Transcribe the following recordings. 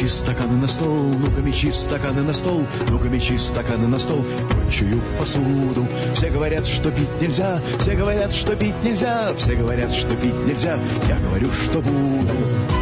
мечи стаканы на стол, ну-ка мечи стаканы на стол, ну-ка мечи стаканы на стол, прочую посуду. Все говорят, что пить нельзя, все говорят, что пить нельзя, все говорят, что пить нельзя, я говорю, что буду.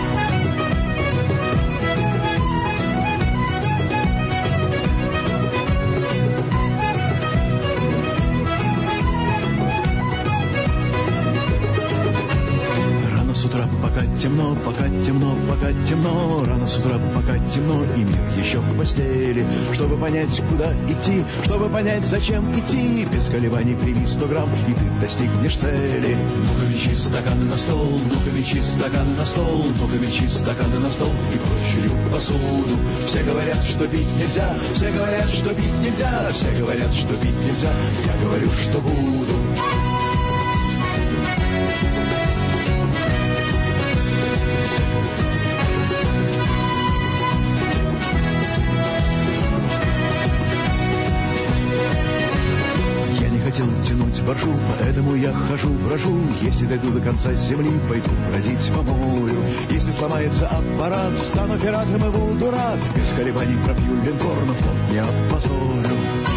Темно, пока темно, пока темно, рано с утра, пока темно, и мир еще в постели. Чтобы понять, куда идти, чтобы понять, зачем идти, без колебаний прими 100 грамм, и ты достигнешь цели. Ну-ка мечи стаканы на стол, ну-ка мечи стаканы на стол, ну-ка мечи стаканы на стол, и прочую посуду. Все говорят, что пить нельзя, все говорят, что пить нельзя, все говорят, что пить нельзя, я говорю, что буду. Хотел тянуть боржу, поэтому я хожу, брожу. Если дойду до конца земли, пойду бродить по морю. Если сломается аппарат, стану пиратом и буду рад. Без колебаний пропью линкор, но флот не опозорю.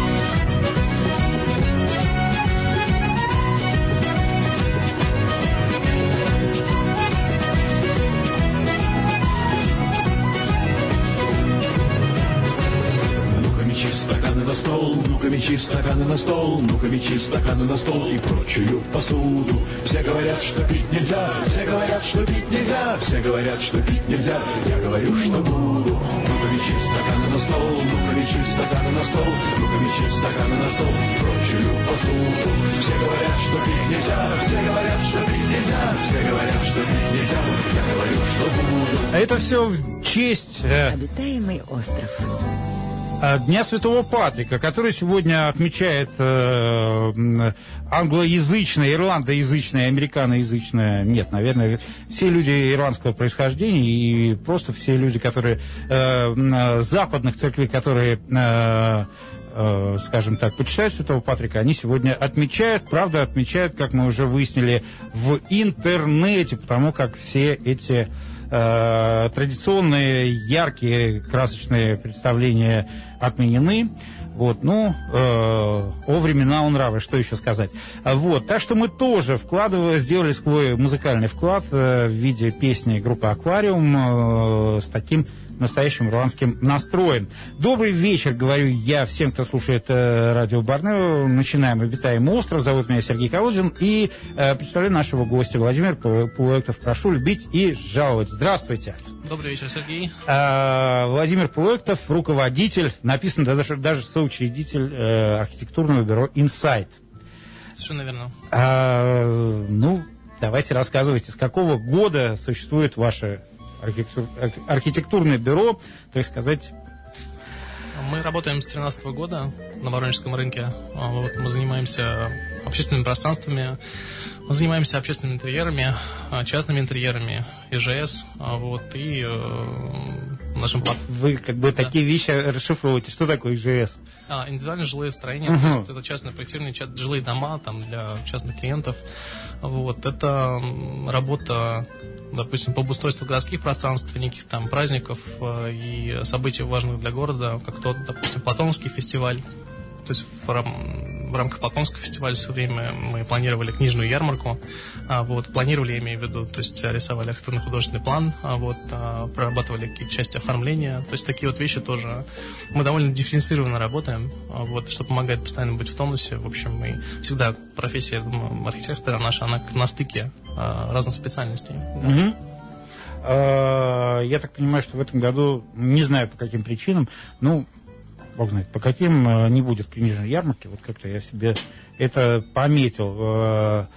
Стаканы на стол, ну-ка мечи стаканы на стол, ну-ка мечи стаканы на стол и прочую посуду. Все говорят, что пить нельзя, все говорят, что пить нельзя, все говорят, что пить нельзя, я говорю, что буду. Ну-ка мечи стаканы на стол, ну-ка мечи стаканы на стол, ну-ка мечи стаканы на стол и прочую посуду. Все говорят, что пить нельзя, все говорят, что пить нельзя, все говорят, что пить нельзя, я говорю, что буду. А это все в честь обитаемый остров. Дня Святого Патрика, который сегодня отмечает англоязычная, ирландоязычная, американоязычная, нет, наверное, все люди ирландского происхождения и просто все люди, которые западных церквей, которые, скажем так, почитают Святого Патрика, они сегодня отмечают, правда, отмечают, как мы уже выяснили, в интернете, потому как все эти традиционные, яркие, красочные представления отменены. Вот, ну, о времена у нравы, что еще сказать. Вот, так что мы тоже сделали свой музыкальный вклад в виде песни группы «Аквариум» с таким настоящим ирландским настроем. Добрый вечер, говорю я всем, кто слушает радио Борнео. Начинаем «Обитаемый остров». Зовут меня Сергей Колодин. И представляю нашего гостя Владимир Полуэктов. Прошу любить и жаловать. Здравствуйте. Добрый вечер, Сергей. Владимир Полуэктов, руководитель, написано даже соучредитель архитектурного бюро «Инсайт». Совершенно верно. Ну, давайте рассказывайте, с какого года существует ваше архитектурное бюро, так сказать. Мы работаем с 2013 года на Воронежском рынке. Вот, мы занимаемся общественными пространствами, мы занимаемся общественными интерьерами, частными интерьерами, ИЖС. Вот, и нашим... Вы как бы такие вещи расшифровываете. Что такое ИЖС? Индивидуальные жилые строения, то есть это частное проектирование, жилые дома там, для частных клиентов. Вот, это работа, допустим, по обустройству городских пространств, неких там праздников и событий важных для города, как то, допустим, Платоновский фестиваль. То есть в рамках Платонского фестиваля все время мы планировали книжную ярмарку. Вот, планировали, я имею в виду, то есть рисовали архитектурно-художественный план, вот, прорабатывали какие-то части оформления. То есть такие вот вещи тоже. Мы довольно дифференцированно работаем, вот, что помогает постоянно быть в тонусе. В общем, и всегда профессия, думаю, архитектора наша, она на стыке разных специальностей. Да. Я так понимаю, что в этом году, не знаю по каким причинам, ну, бог знает, по каким не будет книжной ярмарки, вот как-то я себе это пометил.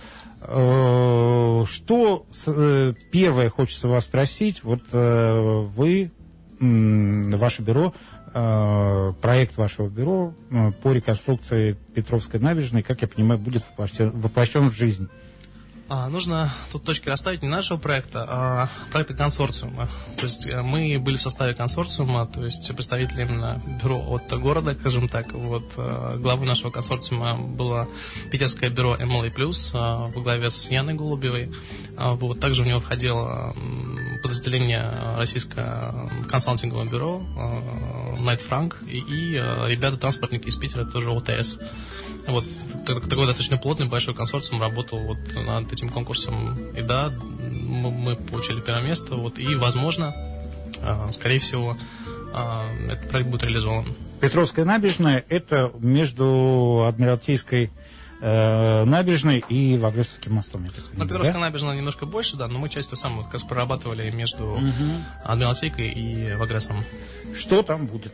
Что первое хочется вас спросить, вот вы, ваше бюро, проект вашего бюро по реконструкции Петровской набережной, как я понимаю, будет воплощен в жизнь. Нужно тут точки расставить не нашего проекта, а проекта консорциума. То есть мы были в составе консорциума, то есть представители именно бюро от города, скажем так. Вот, главой нашего консорциума было питерское бюро MLA+, во главе с Яной Голубевой. Вот, также в него входило подразделение российское консалтинговое бюро Knight Frank и ребята-транспортники из Питера, тоже ОТС. Вот, такой достаточно плотный, большой консорциум работал вот над этим конкурсом. И да, мы получили первое место, вот, и, возможно, скорее всего, этот проект будет реализован. Петровская набережная – это между Адмиралтейской набережной и Вагресовским мостом. Петровская набережная немножко больше, да, но мы часть самую как раз прорабатывали между Адмиралтейкой и Вагресом. Что там будет?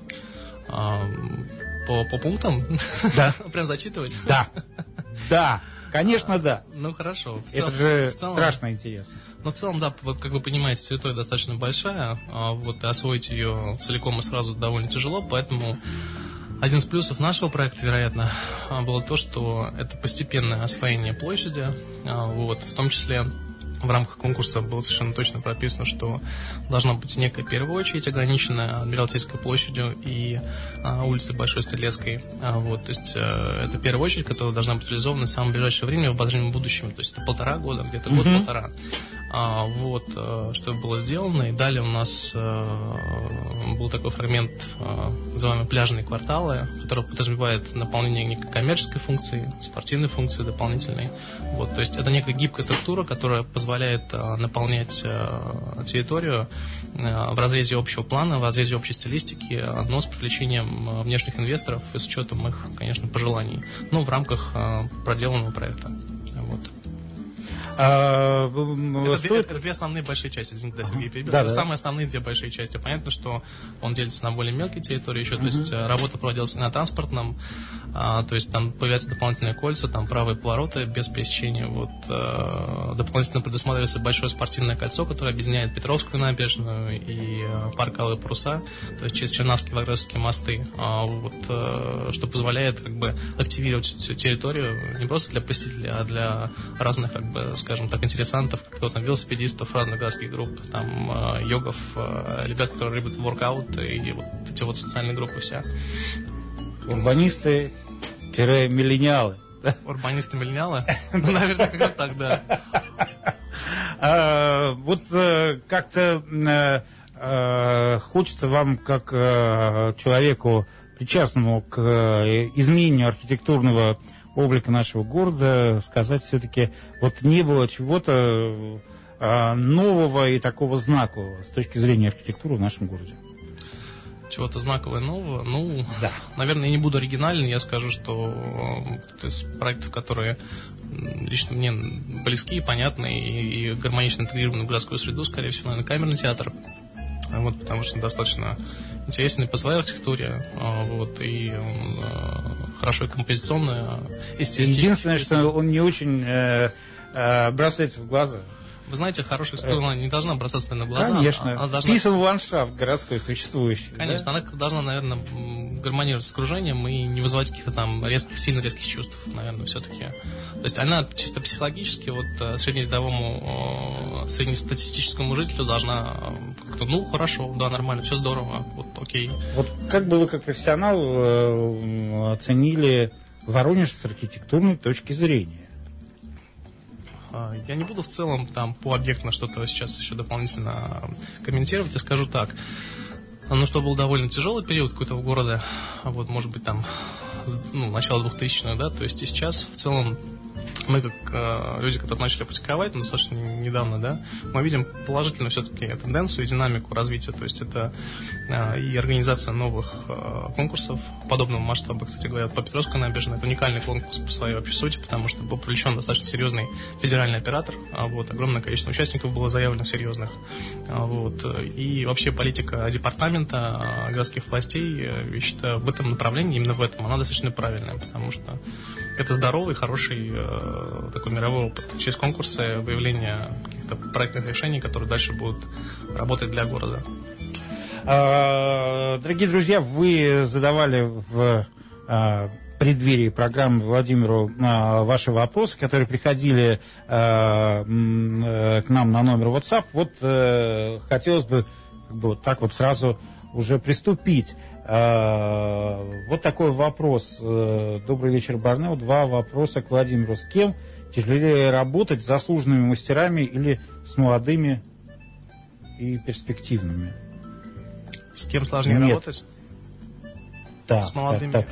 По пунктам? Да. Прям зачитывать? Да. Да. Конечно, да. Ну, хорошо. Это же страшно интересно. Но в целом, да, вот, как вы понимаете, территория достаточно большая, вот, и освоить ее целиком и сразу довольно тяжело, поэтому один из плюсов нашего проекта, вероятно, было то, что это постепенное освоение площади, вот, в том числе в рамках конкурса было совершенно точно прописано, что должна быть некая первая очередь, ограниченная Адмиралтейской площадью и улицей Большой Стрелецкой. Вот, то есть это первая очередь, которая должна быть реализована в самое ближайшее время, в обозримом будущем. То есть это 1,5 года, где-то год-полтора. Вот, что было сделано. И далее у нас был такой фрагмент, называемый пляжные кварталы, который подразумевает наполнение некой коммерческой функции, спортивной функции дополнительной. Вот, то есть это некая гибкая структура, которая позволяет наполнять территорию в разрезе общего плана, в разрезе общей стилистики, но с привлечением внешних инвесторов и с учетом их, конечно, пожеланий, но в рамках проделанного проекта. Вот. Это две основные большие части, извините, Сергей перебил. Это самые основные две большие части. Понятно, что он делится на более мелкие территории еще, то есть работа проводилась на транспортном, то есть там появляются дополнительные кольца, там правые повороты без пересечения. Вот, дополнительно предусматривается большое спортивное кольцо, которое объединяет Петровскую набережную и парк Алые Паруса, то есть через Чернавские и Вагресовские мосты, вот, что позволяет как бы активировать всю территорию не просто для посетителей, а для разных, как бы, скажем так, интересантов, кто там, велосипедистов, разных городских групп, там, йогов, ребят, которые любят воркаут и вот эти вот социальные группы вся. Урбанисты-миллениалы. Урбанисты-миллениалы? Ну, наверное, как-то так, да. Вот как-то хочется вам, как человеку, причастному к изменению архитектурного облика нашего города, сказать все-таки, вот не было чего-то нового и такого знакового с точки зрения архитектуры в нашем городе. Чего-то знакового нового? Ну, да. Наверное, я не буду оригинальным, я скажу, что из проектов, которые лично мне близки, понятны и гармонично интегрированы в городскую среду, скорее всего, наверное, камерный театр. Вот, потому что он достаточно интересен и по своей архитектуре, вот, и хорошо и композиционно, эстетически. Единственное, что он не очень бросается в глаза. Вы знаете, хорошая архитектура не должна бросаться на глаза. Конечно. Она должна... Вписан в ландшафт городской существующий. Конечно, да? Она должна, наверное, гармонировать с окружением и не вызывать каких-то там сильно резких чувств, наверное, все-таки. То есть она чисто психологически вот среднерядовому, среднестатистическому жителю должна как-то, ну, хорошо, да, нормально, все здорово, вот, окей. Вот как бы вы, как профессионал, оценили Воронеж с архитектурной точки зрения? Я не буду в целом там по объектно что-то сейчас еще дополнительно комментировать, я скажу так. Ну, что был довольно тяжелый период какой-то в городе, вот, может быть, там, ну, начало 2000-х, да, то есть и сейчас в целом мы, как люди, которые начали практиковать достаточно недавно, да, мы видим положительную все-таки тенденцию и динамику развития, то есть это и организация новых конкурсов подобного масштаба, кстати говоря, по Петровской набережной, это уникальный конкурс по своей общей сути, потому что был привлечен достаточно серьезный федеральный оператор, вот, огромное количество участников было заявлено серьезных, вот, и вообще политика департамента городских властей, я считаю, в этом направлении, именно в этом, она достаточно правильная, потому что это здоровый, хороший такой мировой опыт. Через конкурсы выявление каких-то проектных решений, которые дальше будут работать для города. Дорогие друзья, вы задавали в преддверии программы Владимиру ваши вопросы, которые приходили к нам на номер WhatsApp. Вот хотелось бы вот так вот сразу уже приступить. Вот такой вопрос. Добрый вечер, Борнео. 2 вопроса к Владимиру. С кем тяжелее работать, с заслуженными мастерами или с молодыми и перспективными? С кем сложнее работать? Да. С молодыми? Так.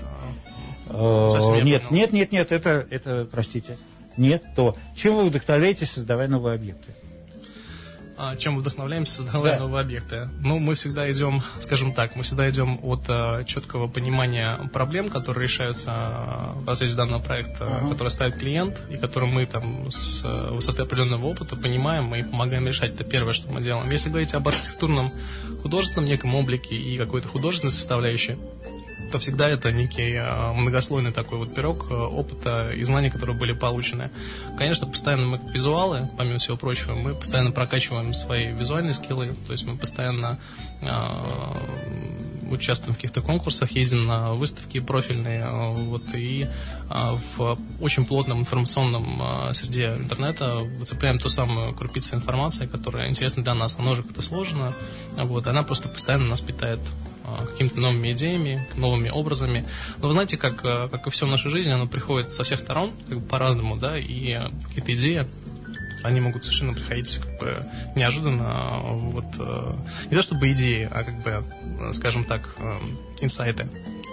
Нет, это, простите. Нет, то. Чем вы вдохновляетесь, создавая новые объекты? Чем вдохновляемся, создавая новые объекты? Ну, мы всегда идем, скажем так, от четкого понимания проблем, которые решаются в разрезе данного проекта, который ставит клиент, и который мы там с высоты определенного опыта понимаем и помогаем решать. Это первое, что мы делаем. Если говорить об архитектурном, художественном неком облике и какой-то художественной составляющей, то всегда это некий многослойный такой вот пирог опыта и знаний, которые были получены. Конечно, постоянно мы визуалы, помимо всего прочего, мы постоянно прокачиваем свои визуальные скиллы, то есть мы постоянно участвуем в каких-то конкурсах, ездим на выставки профильные, и в очень плотном информационном среде интернета выцепляем ту самую крупицу информации, которая интересна для нас, она уже как-то сложена, она просто постоянно нас питает какими-то новыми идеями, новыми образами. Но вы знаете, как и все в нашей жизни, оно приходит со всех сторон, по-разному, да, и какие-то идеи, они могут совершенно приходить неожиданно, не то чтобы идеи, а скажем так, инсайты.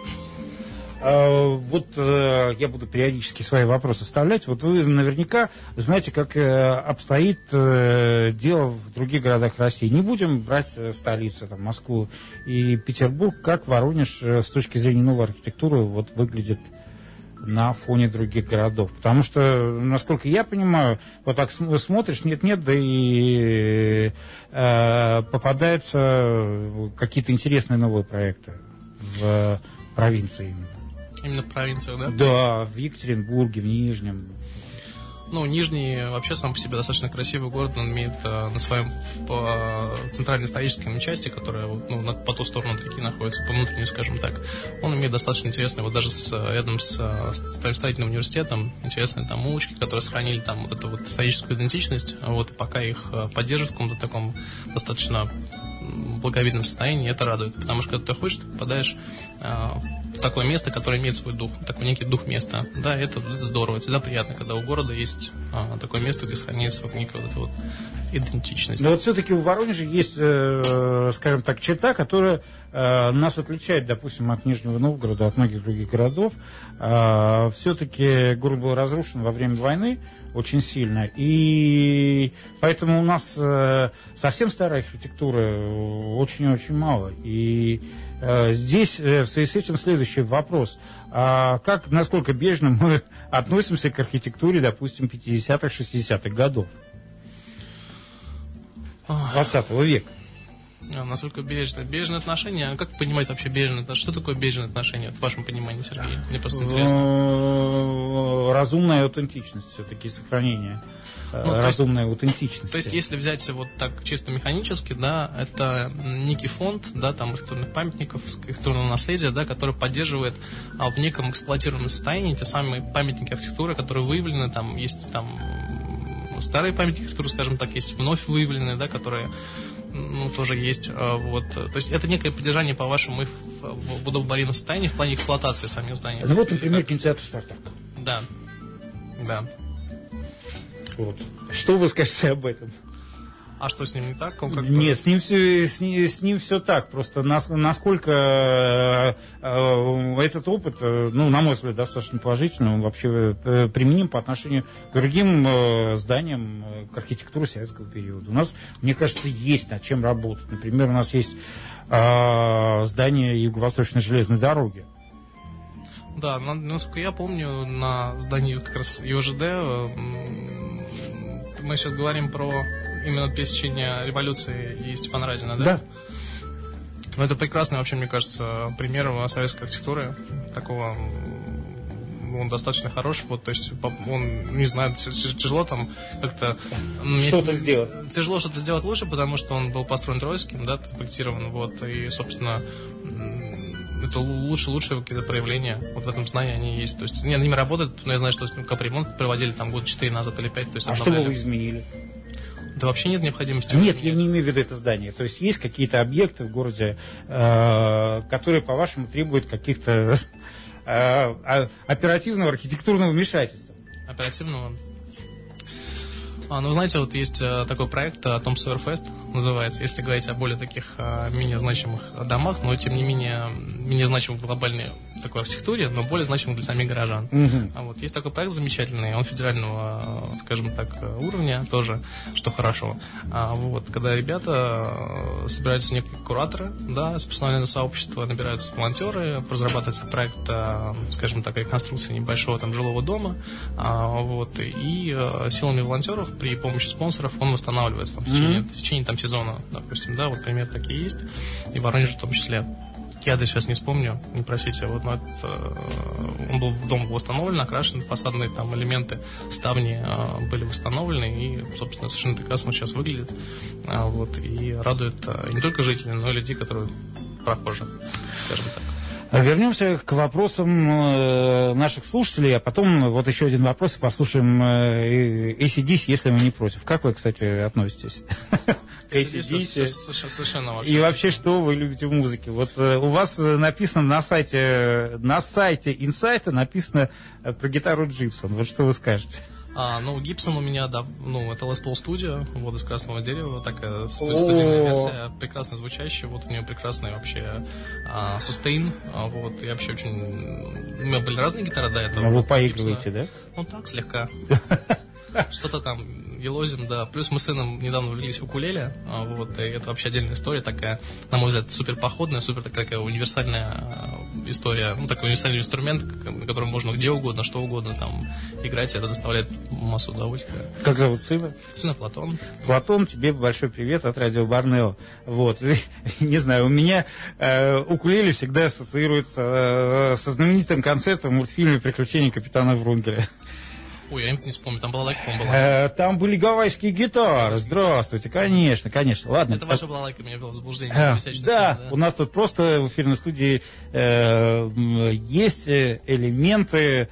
Я буду периодически свои вопросы вставлять. Вот вы наверняка знаете, как обстоит дело в других городах России. Не будем брать столицы, там, Москву и Петербург, как Воронеж с точки зрения новой архитектуры выглядит на фоне других городов. Потому что, насколько я понимаю, вот так смотришь, нет-нет, да и попадаются какие-то интересные новые проекты в провинции. Именно в провинциях, да? Да, в Екатеринбурге, в Нижнем. Нижний вообще сам по себе достаточно красивый город, он имеет на своем центрально-историческом части, которая по ту сторону от реки находится, по внутренней, скажем так, он имеет достаточно интересный, даже рядом с строительным университетом, интересные там улочки, которые сохранили там эту историческую идентичность, и пока их поддерживают в каком-то таком достаточно благовидном состоянии, это радует, потому что когда ты ходишь, ты попадаешь в такое место, которое имеет свой дух, такой некий дух места. Да, это здорово, это всегда приятно, когда у города есть такое место, где сохраняется некая идентичность. Но все-таки у Воронежа есть, скажем так, черта, которая нас отличает, допустим, от Нижнего Новгорода, от многих других городов. Все-таки город был разрушен во время войны очень сильно, и поэтому у нас совсем старой архитектуры очень-очень мало. И здесь в связи с этим следующий вопрос. Насколько бережно мы относимся к архитектуре, допустим, 50-х, 60-х годов 20 века? Насколько бережное? Бережное отношение? Как понимать вообще бережное? Что такое бережное отношение, в вашем понимании, Сергей? Мне просто интересно. Разумная аутентичность, все-таки сохранение разумной аутентичности. То есть, если взять так чисто механически, да, это некий фонд, да, там архитектурных памятников, архитектурного наследия, да, который поддерживает в неком эксплуатируемом состоянии те самые памятники архитектуры, которые выявлены, там есть там старые памятники архитектуры, скажем так, есть вновь выявленные, да, которые тоже есть. То есть это некое поддержание, по-вашему, в удобоваримом состоянии в плане эксплуатации самих зданий. Например, кинотеатр «Спартак». Да. Что вы скажете об этом? А что с ним не так? Нет, с ним все так. Просто насколько этот опыт, на мой взгляд, достаточно положительный, он вообще применим по отношению к другим зданиям, к архитектуре советского периода. У нас, мне кажется, есть над чем работать. Например, у нас есть здание Юго-Восточной железной дороги. Да, насколько я помню, на здании как раз ЮЖД мы сейчас говорим про именно пересечение революции и Степана Разина, да? Да. Это прекрасный, вообще, мне кажется, пример советской архитектуры. Такого, он достаточно хороший. То есть, он, не знаю, тяжело там как-то... Что-то сделать. Тяжело что-то сделать лучше, потому что он был построен Троицким, да, проектирован, и, собственно... это лучшие какие-то проявления. Вот в этом знании они есть. То есть, они работают, но я знаю, что капремонт проводили там год 4 назад или 5. То есть, что бы вы изменили? Да вообще нет необходимости. Нет, я не имею в виду это здание. То есть есть какие-то объекты в городе, которые, по-вашему, требуют каких-то оперативного архитектурного вмешательства? Оперативного? Ну, знаете, вот есть такой проект Том Сойер Фест называется, если говорить о более таких менее значимых домах, но тем не менее значимых в глобальной такой архитектуре, но более значимых для самих горожан. Вот. Есть такой проект замечательный, он федерального, скажем так, уровня тоже, что хорошо. Вот. Когда ребята собираются некие кураторы, да, с профессионального сообщества, набираются волонтеры, разрабатывается проект, скажем так, реконструкции небольшого там жилого дома, вот, и силами волонтеров при помощи спонсоров он восстанавливается там, в течение там, сезона, допустим, да, вот примеры такие есть, и в Воронеже в том числе. Я сейчас не вспомню, не просите, вот, но дом был восстановлен, окрашен, фасадные там элементы, ставни были восстановлены, и, собственно, совершенно прекрасно он сейчас выглядит, вот, и радует не только жителей, но и людей, которые прохожие, скажем так. Вернемся к вопросам наших слушателей, а потом вот еще один вопрос и послушаем AC/DC, если вы не против. Как вы, кстати, относитесь? AC/DC. Совершенно вообще. И вообще, что вы любите в музыке? Вот у вас написано на сайте Инсайта написано про гитару Gibson. Вот что вы скажете? Гибсон у меня, да, это Les Paul Studio, вот из красного дерева, такая студийная версия, прекрасно звучащая, вот у нее прекрасный вообще сустейн, вот, и вообще очень... У меня были разные гитары до этого. Вы поигрываете, да? Ну, так, слегка. Что-то там елозим, да. Плюс мы с сыном недавно влились в укулеле, вот, и это вообще отдельная история такая, на мой взгляд, супер походная, супер такая универсальная история, такой универсальный инструмент, на котором можно где угодно, что угодно там играть, и это доставляет массу удовольствия. Как зовут сына? Сына Платон. Платон, тебе большой привет от радио Борнео. Вот, не знаю, у меня укулеле всегда ассоциируется со знаменитым концертом в мультфильме «Приключения капитана Врунгеля». Ой, я не вспомню, там балалайка, по-моему, была. Там были гавайские гитары, здравствуйте, конечно. Ладно. Это ваша балалайка меня ввела в заблуждение. Да, у нас тут просто в эфирной студии есть элементы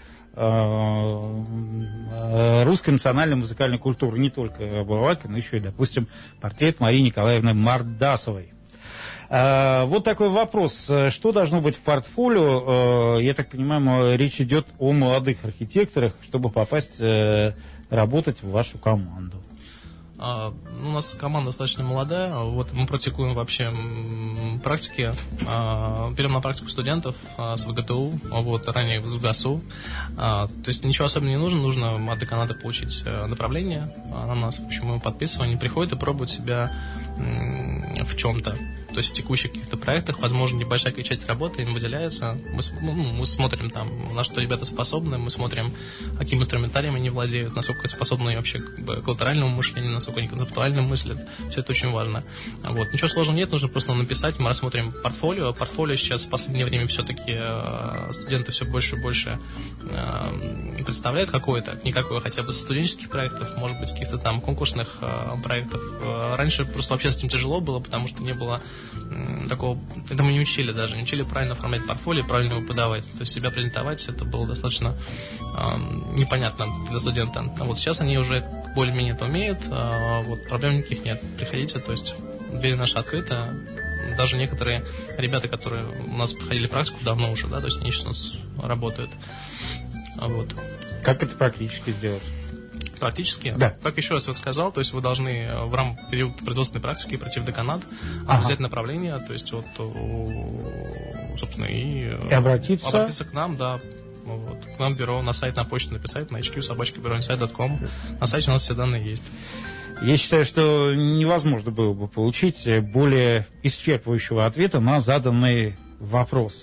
русской национальной музыкальной культуры. Не только балалайка, но еще и, допустим, портрет Марии Николаевны Мордасовой. Вот такой вопрос. Что должно быть в портфолио? Я так понимаю, речь идет о молодых архитекторах, чтобы попасть работать в вашу команду. У нас команда достаточно молодая. Вот мы практикуем вообще практики. Берем на практику студентов с ВГТУ, вот, ранее в ГАСУ. То есть ничего особенного не нужно. Нужно от деканата получить направление на нас. В общем, мы подписываем, они приходят и пробуют себя в чем-то. То есть в текущих каких-то проектах, возможно, небольшая часть работы им выделяется. Мы смотрим там, на что ребята способны, мы смотрим, каким инструментарием они владеют, насколько способны вообще к латеральному мышлению, насколько они концептуально мыслят. Все это очень важно. Вот. Ничего сложного нет, нужно просто написать. Мы рассмотрим портфолио. Портфолио сейчас в последнее время все-таки студенты все больше и больше представляют какое-то, никакое, хотя бы со студенческих проектов, может быть, с каких-то там конкурсных проектов. Раньше просто вообще с этим тяжело было, потому что не было такого, это мы не учили даже, не учили правильно оформлять портфолио, правильно его подавать, то есть себя презентовать, это было достаточно непонятно для студента. Вот сейчас они уже более-менее это умеют, вот, проблем никаких нет, приходите, то есть дверь наша открыта, даже некоторые ребята, которые у нас проходили практику давно уже, да, то есть они сейчас у нас работают. Вот. Как это практически сделать? Практически? Да. Как еще раз сказал, то есть вы должны в рамках периода производственной практики пройти в деканат, взять направление, то есть вот, собственно, и обратиться к нам, да, вот, к нам в бюро, на сайт, на почту написать, на hq@buroinside.com. На сайте у нас все данные есть. Я считаю, что невозможно было бы получить более исчерпывающего ответа на заданный вопрос.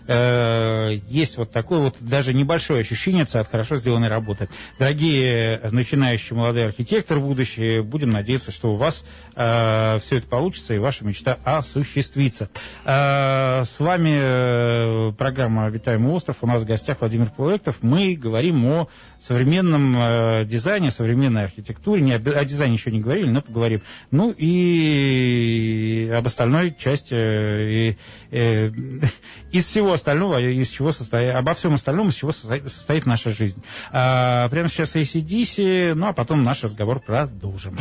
есть вот такое вот даже небольшое ощущение от хорошо сделанной работы. Дорогие начинающие молодые архитекторы будущие, будем надеяться, что у вас все это получится и ваша мечта осуществится. С вами программа «Обитаемый остров». У нас в гостях Владимир Полуэктов. Мы говорим о современном дизайне, современной архитектуре. Не о дизайне еще не говорили, но поговорим. Ну и об остальной части, из всего остального, обо всем остальном, из чего состоит наша жизнь. Прямо сейчас AC/DC, ну а потом наш разговор продолжим.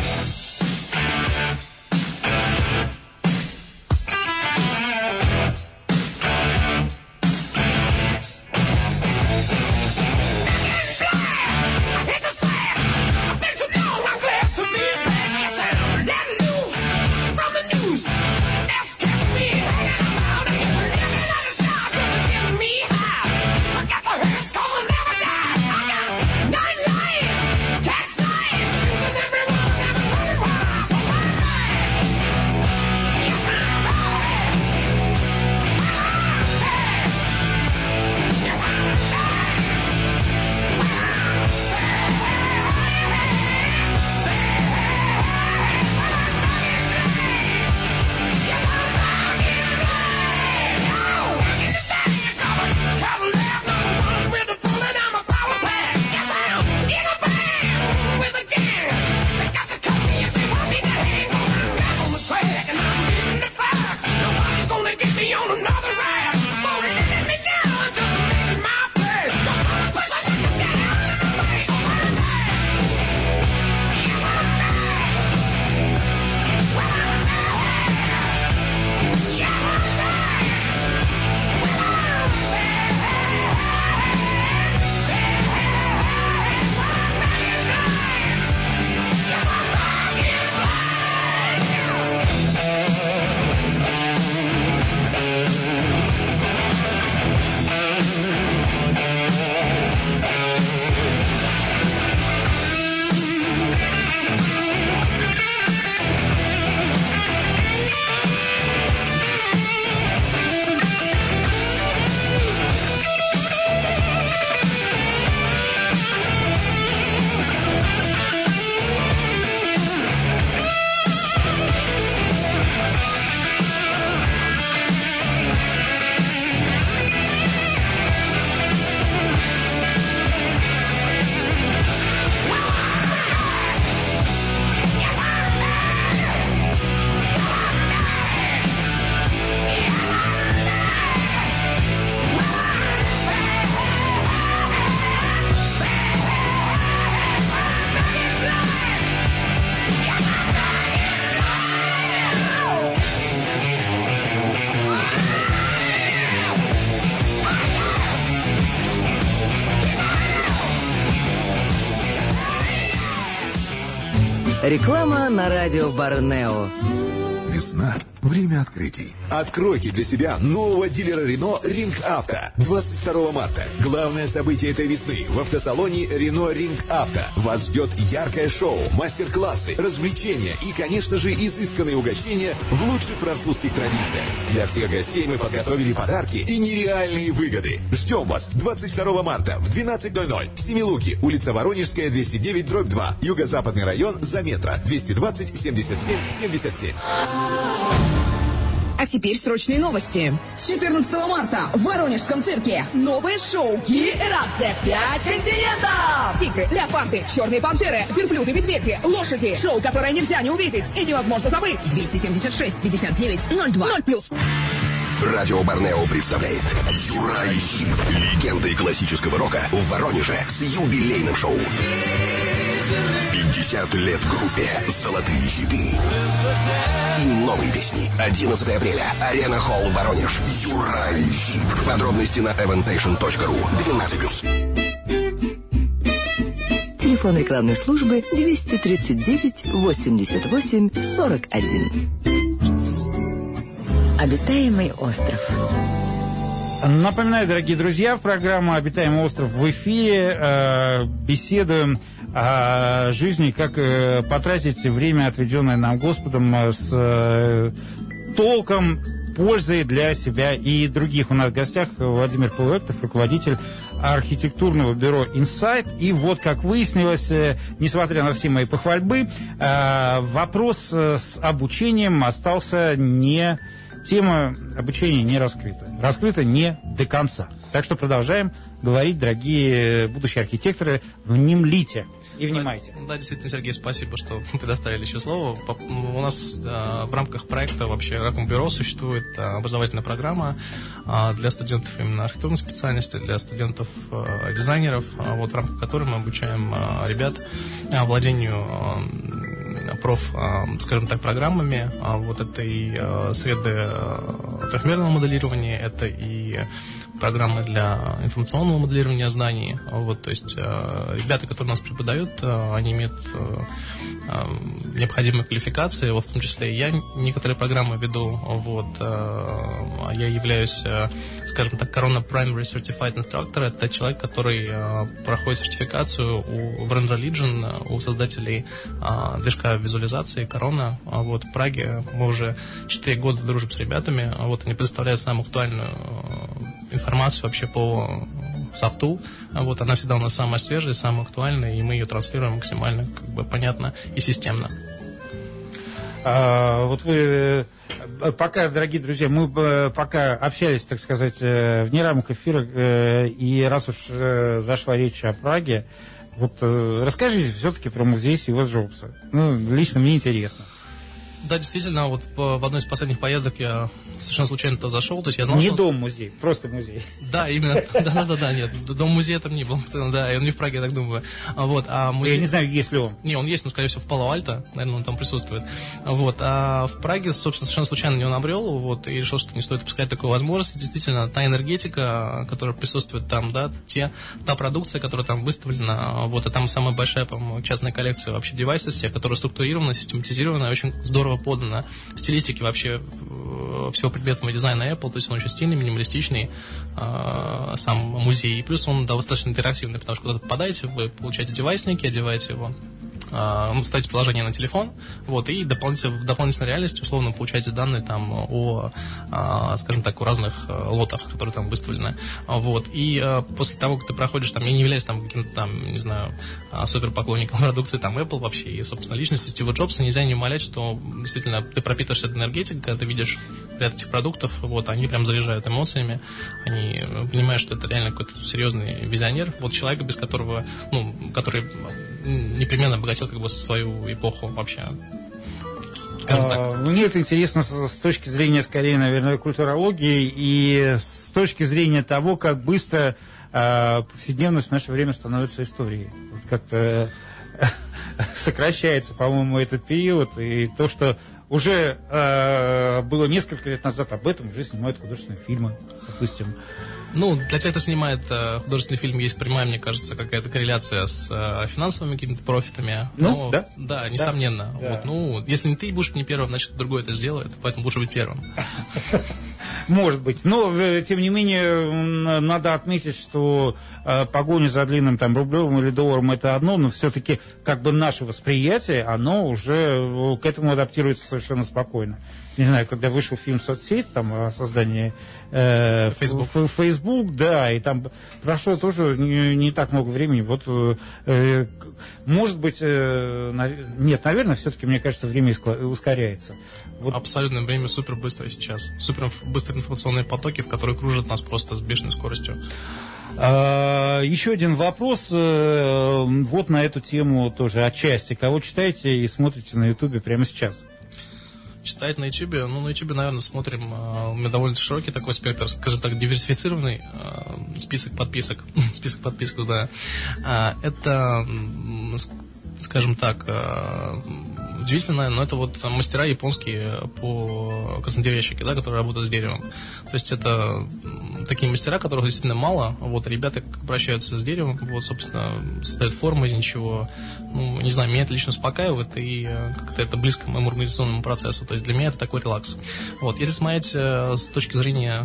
Реклама на радио Борнео. Весна. Время открытий. Откройте для себя нового дилера Рено Ринг Авто. 22 марта. Главное событие этой весны в автосалоне Рено Ринг Авто. Вас ждет яркое шоу, мастер-классы, развлечения и, конечно же, изысканные угощения в лучших французских традициях. Для всех гостей мы подготовили подарки и нереальные выгоды. Ждем вас 22 марта в 12:00. Семилуки, улица Воронежская, 209/2. Юго-западный район, за метро, 220 77 77. А теперь срочные новости. 14 марта в Воронежском цирке Новое шоу «Генерация 5 континентов». Тигры, леопарды, черные пантеры, верблюды, медведи, лошади. Шоу, которое нельзя не увидеть и невозможно забыть. 276-59-02. Радио Борнео представляет Юра и Хип. Легенды классического рока в Воронеже с юбилейным шоу. 50 лет группе «Золотые хиты». И новые песни. 11 апреля. Арена Холл, Воронеж. Юра и Хип. Подробности на eventation.ru. 12+. Телефон рекламной службы 239-88-41. Обитаемый остров. Напоминаю, дорогие друзья, в программу «Обитаемый остров» в эфире беседуем о жизни, как потратить время, отведенное нам Господом, с толком, пользой для себя и других. У нас в гостях Владимир Полуэктов, руководитель архитектурного бюро «Инсайт». И вот, как выяснилось, несмотря на все мои похвальбы, вопрос с обучением остался не... Тема обучения не раскрыта. Раскрыта не до конца. Так что продолжаем говорить, дорогие будущие архитекторы, внемлите и внимайте. Да, действительно, Сергей, спасибо, что предоставили еще слово. У нас в рамках проекта вообще Раком-бюро существует образовательная программа для студентов именно архитектурной специальности, для студентов дизайнеров, вот, в рамках которой мы обучаем ребят владению скажем так, программами. Вот это и среды трехмерного моделирования, это и программы для информационного моделирования знаний. Вот, то есть ребята, которые у нас преподают, они имеют необходимые квалификации, в том числе и я некоторые программы веду. Вот, я являюсь, скажем так, Corona Primary Certified Instructor. Это человек, который проходит сертификацию в Render Legion, у создателей движка визуализации Corona. Вот, в Праге мы уже 4 года дружим с ребятами. Вот, они предоставляют самую актуальную информацию вообще по софту. Вот, она всегда у нас самая свежая, самая актуальная, и мы ее транслируем максимально понятно и системно. Вот вы пока, дорогие друзья, мы пока общались, так сказать, вне рамок эфира, и раз уж зашла речь о Праге, вот расскажите все-таки про музей Стива Джобса. Ну, лично мне интересно. Да, действительно, вот в одной из последних поездок я совершенно случайно туда зашел, то есть я знал, не что... дом-музей, просто музей. Да, именно, да, нет, дом-музея там не был, да, и он не в Праге, я так думаю. Вот, а музей... Я не знаю, есть ли он. Не, он есть, но, скорее всего, в Пало-Альто, наверное, он там присутствует. Вот, а в Праге, собственно, совершенно случайно его набрел, вот, и решил, что не стоит упускать такую возможность. Действительно, та энергетика, которая присутствует там, да, та продукция, которая там выставлена, вот, и там самая большая, по-моему, частная коллекция вообще девайсов, которая структурирована, систематизирована, очень здорово подана. Стилистики вообще всего предметного дизайна Apple, то есть он очень стильный, минималистичный, сам музей, и плюс он достаточно интерактивный, потому что куда-то попадаете, вы получаете девайсники, одеваете его, ставите приложение на телефон, вот, и в дополнительной реальности условно получаете данные там о, скажем так, о разных лотах, которые там выставлены, вот, и после того, как ты проходишь там, я не являюсь там каким-то там, не знаю, суперпоклонником продукции там Apple вообще, и, собственно, личности Стива Джобса, нельзя не умалять, что действительно ты пропитываешься этой энергетикой, когда ты видишь ряд этих продуктов, вот, они прям заряжают эмоциями, они понимают, что это реально какой-то серьезный визионер, вот, человека, без которого, ну, который непременно обогатил как бы свою эпоху вообще. Скажем так. Мне это интересно с точки зрения, скорее, наверное, культурологии и с точки зрения того, как быстро повседневность в наше время становится историей. Вот как-то сокращается, по-моему, этот период, и то, что уже было несколько лет назад, об этом уже снимают художественные фильмы, допустим. Ну, для тех, кто снимает художественный фильм, есть прямая, мне кажется, какая-то корреляция с финансовыми какими-то профитами. Ну, но, да? Да, несомненно. Да. Вот, ну, если не ты будешь не первым, значит, другой это сделает, поэтому лучше быть первым. Может быть. Но, тем не менее, надо отметить, что погоня за длинным там рублевым или долларом — это одно, но все-таки как бы наше восприятие, оно уже к этому адаптируется совершенно спокойно. Не знаю, когда вышел фильм «Соцсеть», там, о создании Facebook, да, и там прошло тоже не так много времени. Вот, может быть, нет, наверное, все-таки, мне кажется, время ускоряется. Вот. Абсолютно, время супер быстрое сейчас. Супер быстрые информационные потоки, в которые кружат нас просто с бешеной скоростью. Еще один вопрос вот на эту тему тоже отчасти. Кого читаете и смотрите на Ютубе прямо сейчас? Читать на Ютубе, ну, на Ютубе, наверное, смотрим, у меня довольно широкий такой спектр, скажем так, диверсифицированный список подписок, да. Это, скажем так, удивительно, но это вот мастера японские по краснодеревщике, да, которые работают с деревом. То есть это такие мастера, которых действительно мало. Вот ребята обращаются с деревом, вот, собственно, создают форму из ничего. Ну, не знаю, меня это лично успокаивает, и как-то это близко к моему организационному процессу. То есть для меня это такой релакс. Вот, если смотреть с точки зрения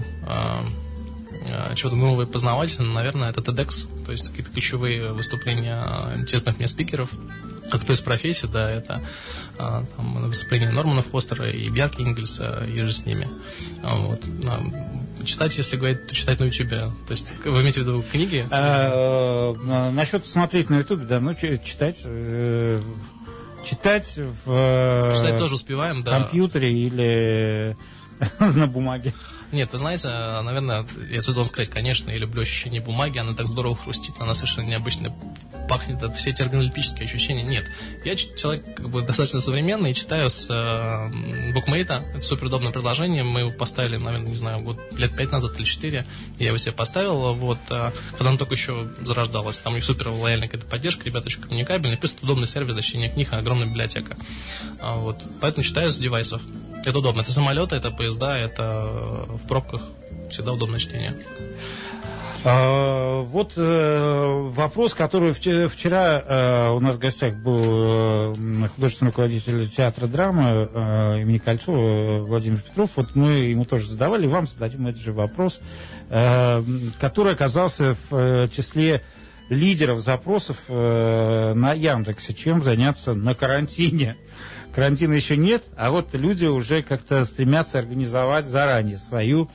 чего-то нового и познавательного, наверное, это TEDx, то есть какие-то ключевые выступления интересных мне спикеров. как то из профессии, да, это там, выступления Нормана Фостера и Бьярки Ингельса, и же с ними. Вот. Читать, если говорить, то читать на Ютубе. То есть вы имеете в виду книги? Насчет смотреть на Ютубе, да, ну, читать в Читать тоже успеваем, да. компьютере или на бумаге. Нет, вы знаете, наверное, я должен сказать, конечно, я люблю ощущение бумаги, она так здорово хрустит, она совершенно необычно пахнет, от все эти органолептические ощущения. Нет, я человек как бы достаточно современный, и читаю с букмейта, это супер удобное приложение, мы его поставили, наверное, не знаю, лет 5 назад или 4, я его себе поставил, вот, когда оно только еще зарождалось, там и супер лояльная какая-то поддержка, ребята еще коммуникабельные, плюс удобный сервис для чтения книг, огромная библиотека, вот, поэтому читаю с девайсов. Это удобно. Это самолеты, это поезда, это в пробках. Всегда удобное чтение. Вот вопрос, который вчера у нас в гостях был художественный руководитель театра драмы имени Кольцова Владимир Петров. Вот мы ему тоже задавали, вам зададим этот же вопрос, который оказался в числе лидеров запросов на Яндексе. Чем заняться на карантине? Карантина еще нет, а вот люди уже как-то стремятся организовать заранее свою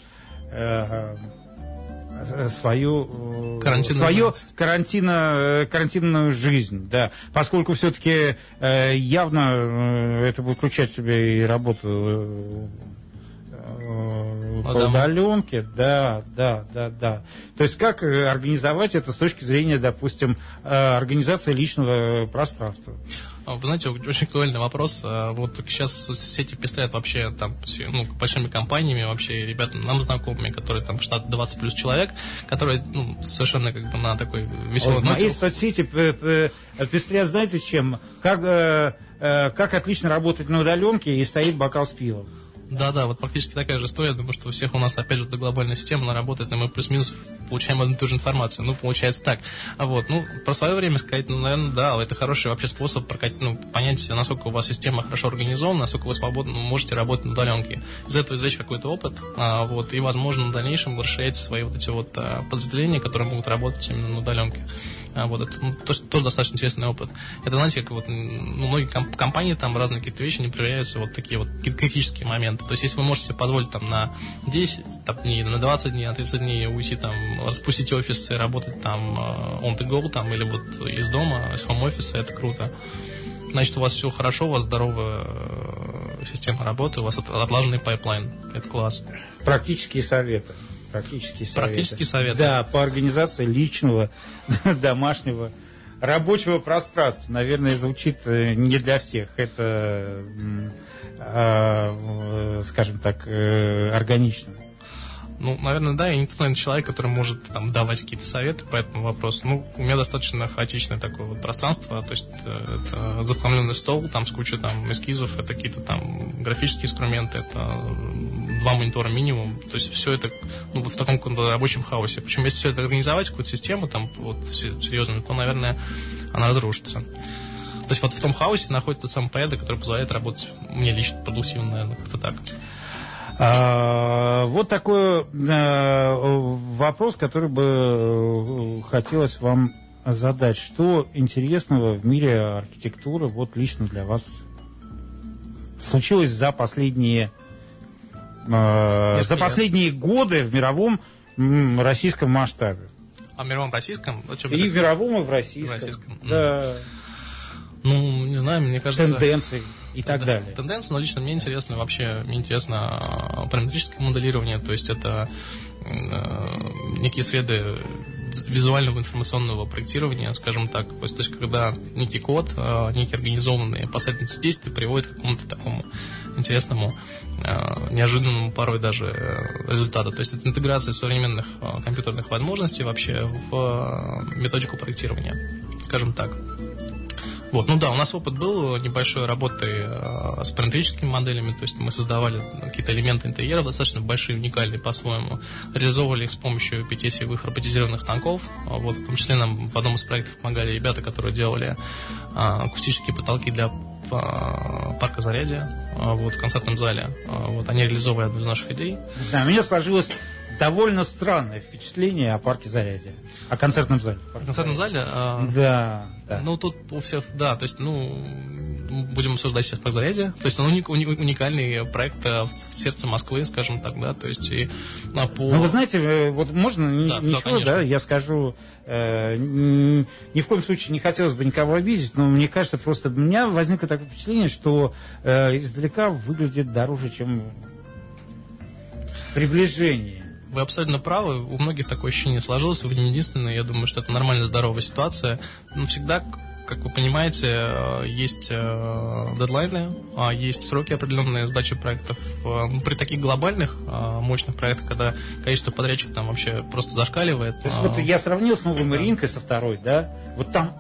карантинную жизнь, да. Поскольку все-таки явно это будет включать в себя и работу по удаленке, да. То есть как организовать это с точки зрения, допустим, организации личного пространства? Вы знаете, очень актуальный вопрос. Вот сейчас соцсети пестрят вообще там, большими компаниями, вообще ребятам, нам знакомыми, которые там штат 20 плюс человек, которые совершенно как бы на такой веселой ноте. Мои соцсети пестрят, знаете, чем? Как отлично работать на удаленке и стоит бокал с пивом. Да, вот практически такая же история. Думаю, что у всех у нас, опять же, эта глобальная система, она работает, и мы плюс-минус получаем одну и ту же информацию. Получается так. Про свое время сказать, наверное, да, это хороший вообще способ понять, насколько у вас система хорошо организована, насколько вы свободно можете работать на удаленке. Из этого извлечь какой-то опыт, и, возможно, в дальнейшем расширять свои вот эти вот подразделения, которые могут работать именно на удаленке. Это тоже достаточно интересный опыт. Это, знаете, как многие компании, там разные какие-то вещи, не проверяются вот такие вот критические моменты. То есть, если вы можете себе позволить там на 10 дней, на 20 дней, на 30 дней уйти, там, распустить офис и работать там on the go, там, или вот из дома, из хом-офиса, это круто. Значит, у вас все хорошо, у вас здоровая система работы, у вас отлаженный пайплайн. Это класс. Практические советы. Да, по организации личного, домашнего, рабочего пространства. Наверное, звучит не для всех. Это, скажем так, органично. Наверное, да, я не тот человек, который может давать какие-то советы по этому вопросу. У меня достаточно хаотичное такое вот пространство, то есть это захламленный стол, там с кучей эскизов, это какие-то там графические инструменты, это 2 монитора минимум, то есть все это в таком рабочем хаосе. Причем, если все это организовать, какую-то систему серьезную, то, наверное, она разрушится. То есть вот в том хаосе находится тот самый порядок, который позволяет работать мне лично продуктивно, наверное, как-то так. Вот такой вопрос, который бы хотелось вам задать. Что интересного в мире архитектуры вот лично для вас случилось за последние годы в мировом российском масштабе? В мировом российском? И в мировом, и в российском. Да. Не знаю, мне кажется... Тенденции и так далее. Тенденции, но лично мне интересно параметрическое моделирование, то есть это некие среды визуального информационного проектирования, скажем так. То есть когда некий код, некие организованные последовательности действий приводят к какому-то такому интересному, неожиданному порой даже результату. То есть это интеграция современных компьютерных возможностей вообще в методику проектирования, скажем так. У нас опыт был небольшой работы с параметрическими моделями, то есть мы создавали какие-то элементы интерьера, достаточно большие, уникальные по-своему, реализовывали их с помощью пятисевых роботизированных станков, в том числе нам в одном из проектов помогали ребята, которые делали акустические потолки для парка Зарядье в концертном зале. Они реализовывали одну из наших идей. Не знаю, у меня сложилось довольно странное впечатление о парке Зарядье, о концертном зале. О концертном зале? Да. Ну, тут у всех, да, то есть, будем обсуждать сейчас парк Зарядье. То есть, он уникальный проект в сердце Москвы, скажем так, да, то есть, и по... Ну, вы знаете, вот можно, ничего, да, я скажу, ни в коем случае не хотелось бы никого обидеть, но мне кажется, просто у меня возникло такое впечатление, что издалека выглядит дороже, чем приближение. Вы абсолютно правы, у многих такое ощущение сложилось, вы не единственные, я думаю, что это нормальная, здоровая ситуация, но всегда, как вы понимаете, есть дедлайны, есть сроки определенные сдачи проектов. При таких глобальных, мощных проектах, когда количество подрядчиков там вообще просто зашкаливает. То есть вот я сравнил с новым ринкой со второй, да, вот там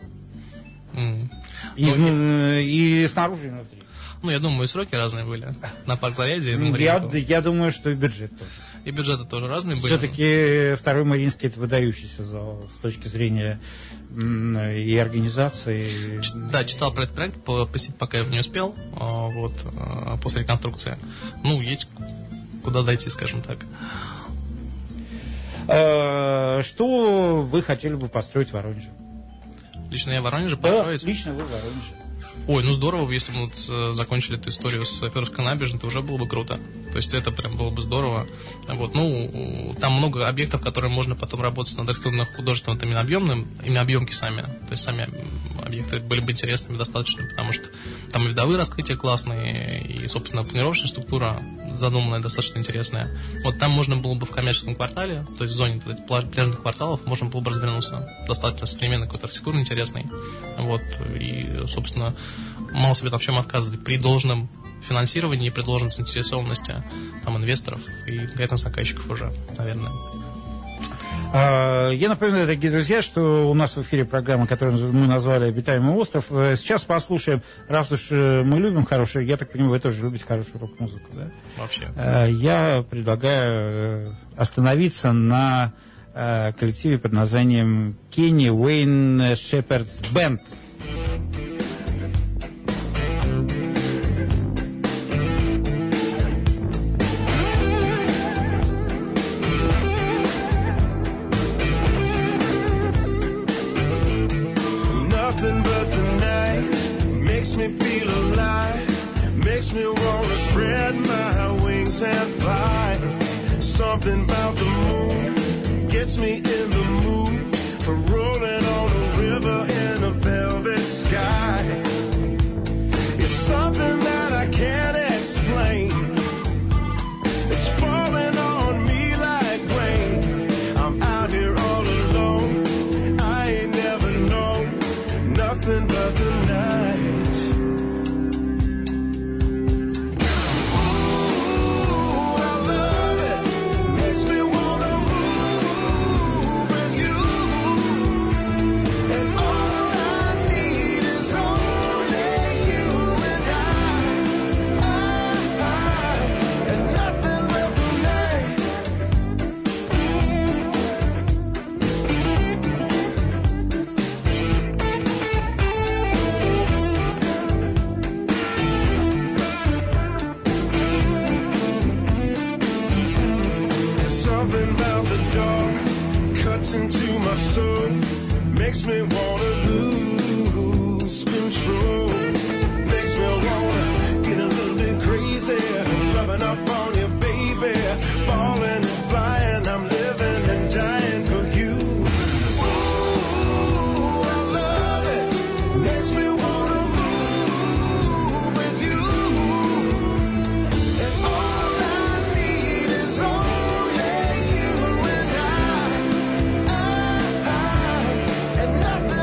и снаружи, и внутри. Ну, я думаю, и сроки разные были на парк Зарядье. Я думаю, что и бюджет тоже. И бюджеты тоже разные были. Все-таки второй Мариинский — это выдающийся зал с точки зрения и организации. Да, читал про этот проект, посетить пока я не успел, после реконструкции. Ну, есть куда дойти, скажем так. Что вы хотели бы построить в Воронеже? Лично я в Воронеже построить? Да, лично вы в Воронеже. Ой, ну здорово, если бы мы закончили эту историю с Федоровской набережной, это уже было бы круто. То есть это прям было бы здорово. Там много объектов, которые можно потом работать над архитектурно-художественным, именно объемки сами. То есть сами объекты были бы интересными достаточно, потому что там и видовые раскрытия классные, и, собственно, планировочная структура задуманная достаточно интересная. Вот там можно было бы в коммерческом квартале, то есть в зоне пляжных кварталов, можно было бы развернуться. Достаточно современный, какой-то архитектурно интересный. И, собственно, мало себе там в чем отказывать при должном финансировании и при должной заинтересованности там инвесторов и конкретных заказчиков уже, наверное. Я напоминаю, дорогие друзья, что у нас в эфире программа, которую мы назвали «Обитаемый остров». Сейчас послушаем, раз уж мы любим хорошую, я так понимаю, вы тоже любите хорошую рок-музыку, да? Вообще. Я предлагаю остановиться на коллективе под названием Kenny Wayne Shepherd's Band. Me feel alive, makes me wanna spread my wings and fly. Something about the moon gets me in the mood for rolling on a river in a velvet sky. It's something that I can't explain. It's falling on me like rain. I'm out here all alone. I ain't never known nothing but the night. Into my soul, makes me wanna lose control, makes me wanna get a little bit crazy, rubbing up on you, baby, falling and flying, I'm living and dying for you. Ooh, I love it, makes me wanna move with you, and all I need is only you and I. And nothing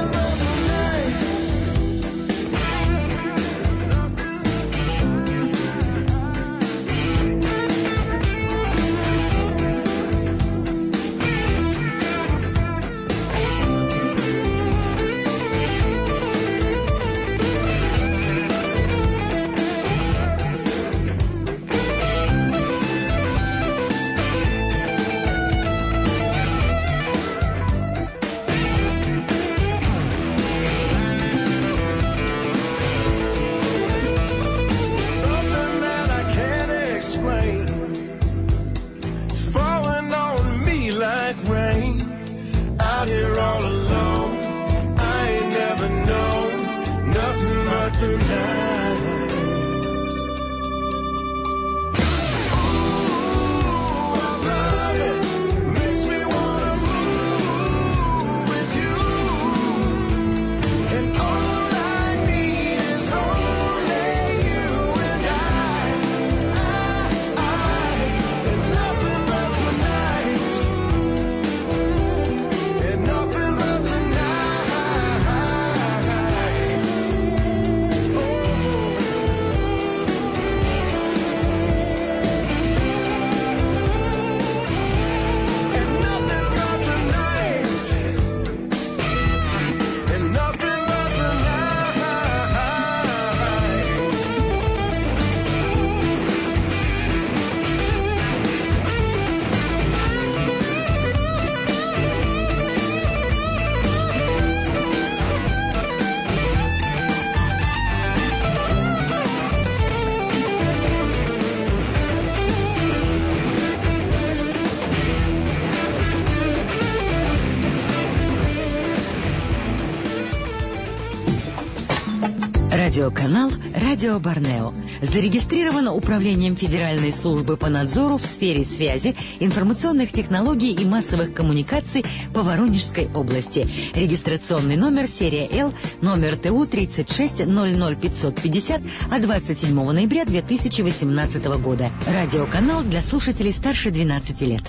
Радиоканал «Радио Борнео» зарегистрировано Управлением Федеральной службы по надзору в сфере связи, информационных технологий и массовых коммуникаций по Воронежской области. Регистрационный номер серия Л, номер ТУ 3600550 от 27 ноября 2018 года. Радиоканал для слушателей старше 12 лет.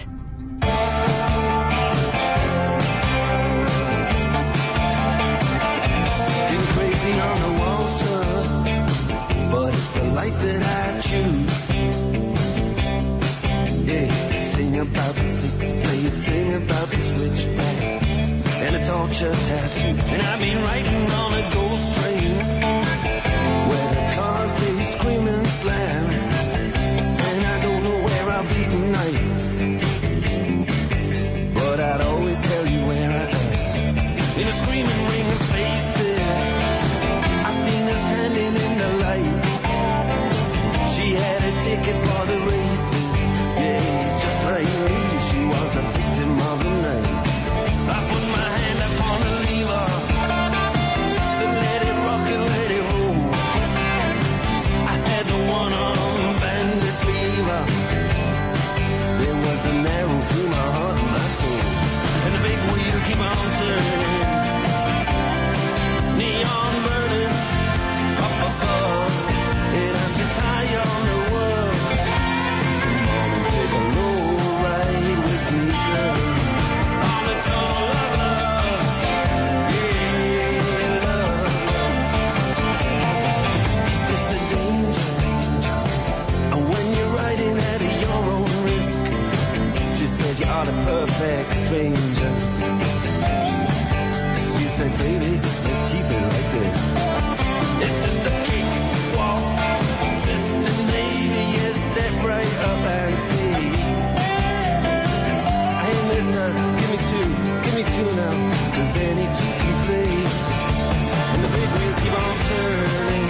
About the six-blade, sing about the switchback and a torture tattoo. And I've been riding on a ghost train where the cars they scream and slam, and I don't know where I'll be tonight, but I'd always tell you where I am. In a screaming ring of faces, I seen her standing in the light. She had a ticket for the races, yeah, just like me, she was a victim of the night. I put my hand upon the lever, said let it rock and let it roll. I had the one-armed bandit fever. There was an arrow through my heart and my soul, and the big wheel keep on turning, neon burning up above, and I'm just high on the world. Come on and take a low ride with me, girl, on the tunnel of love, yeah, love. It's just a danger, and when you're riding at your own risk, she said you are the perfect stranger. She said, baby, let's keep it like this. It's just a cakewalk, twisting, baby, yes, step right up and see. Hey, mister, give me two now, 'cause any two can play. And the big wheel keep on turning,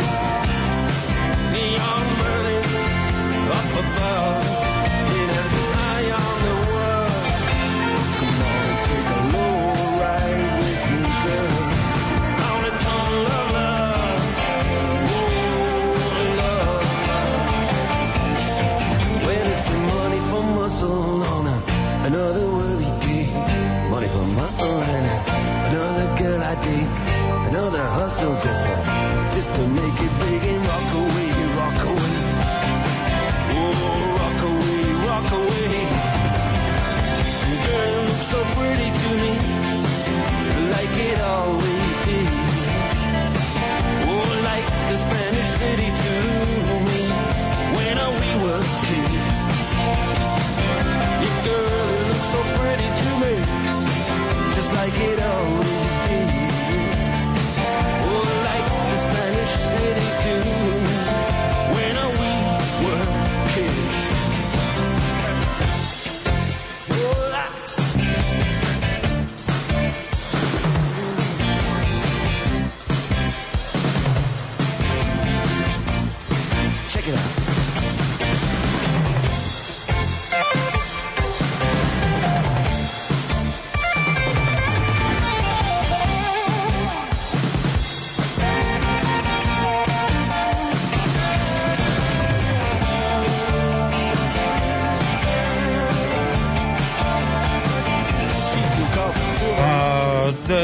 neon burning up above, and I'm just high on the world. Come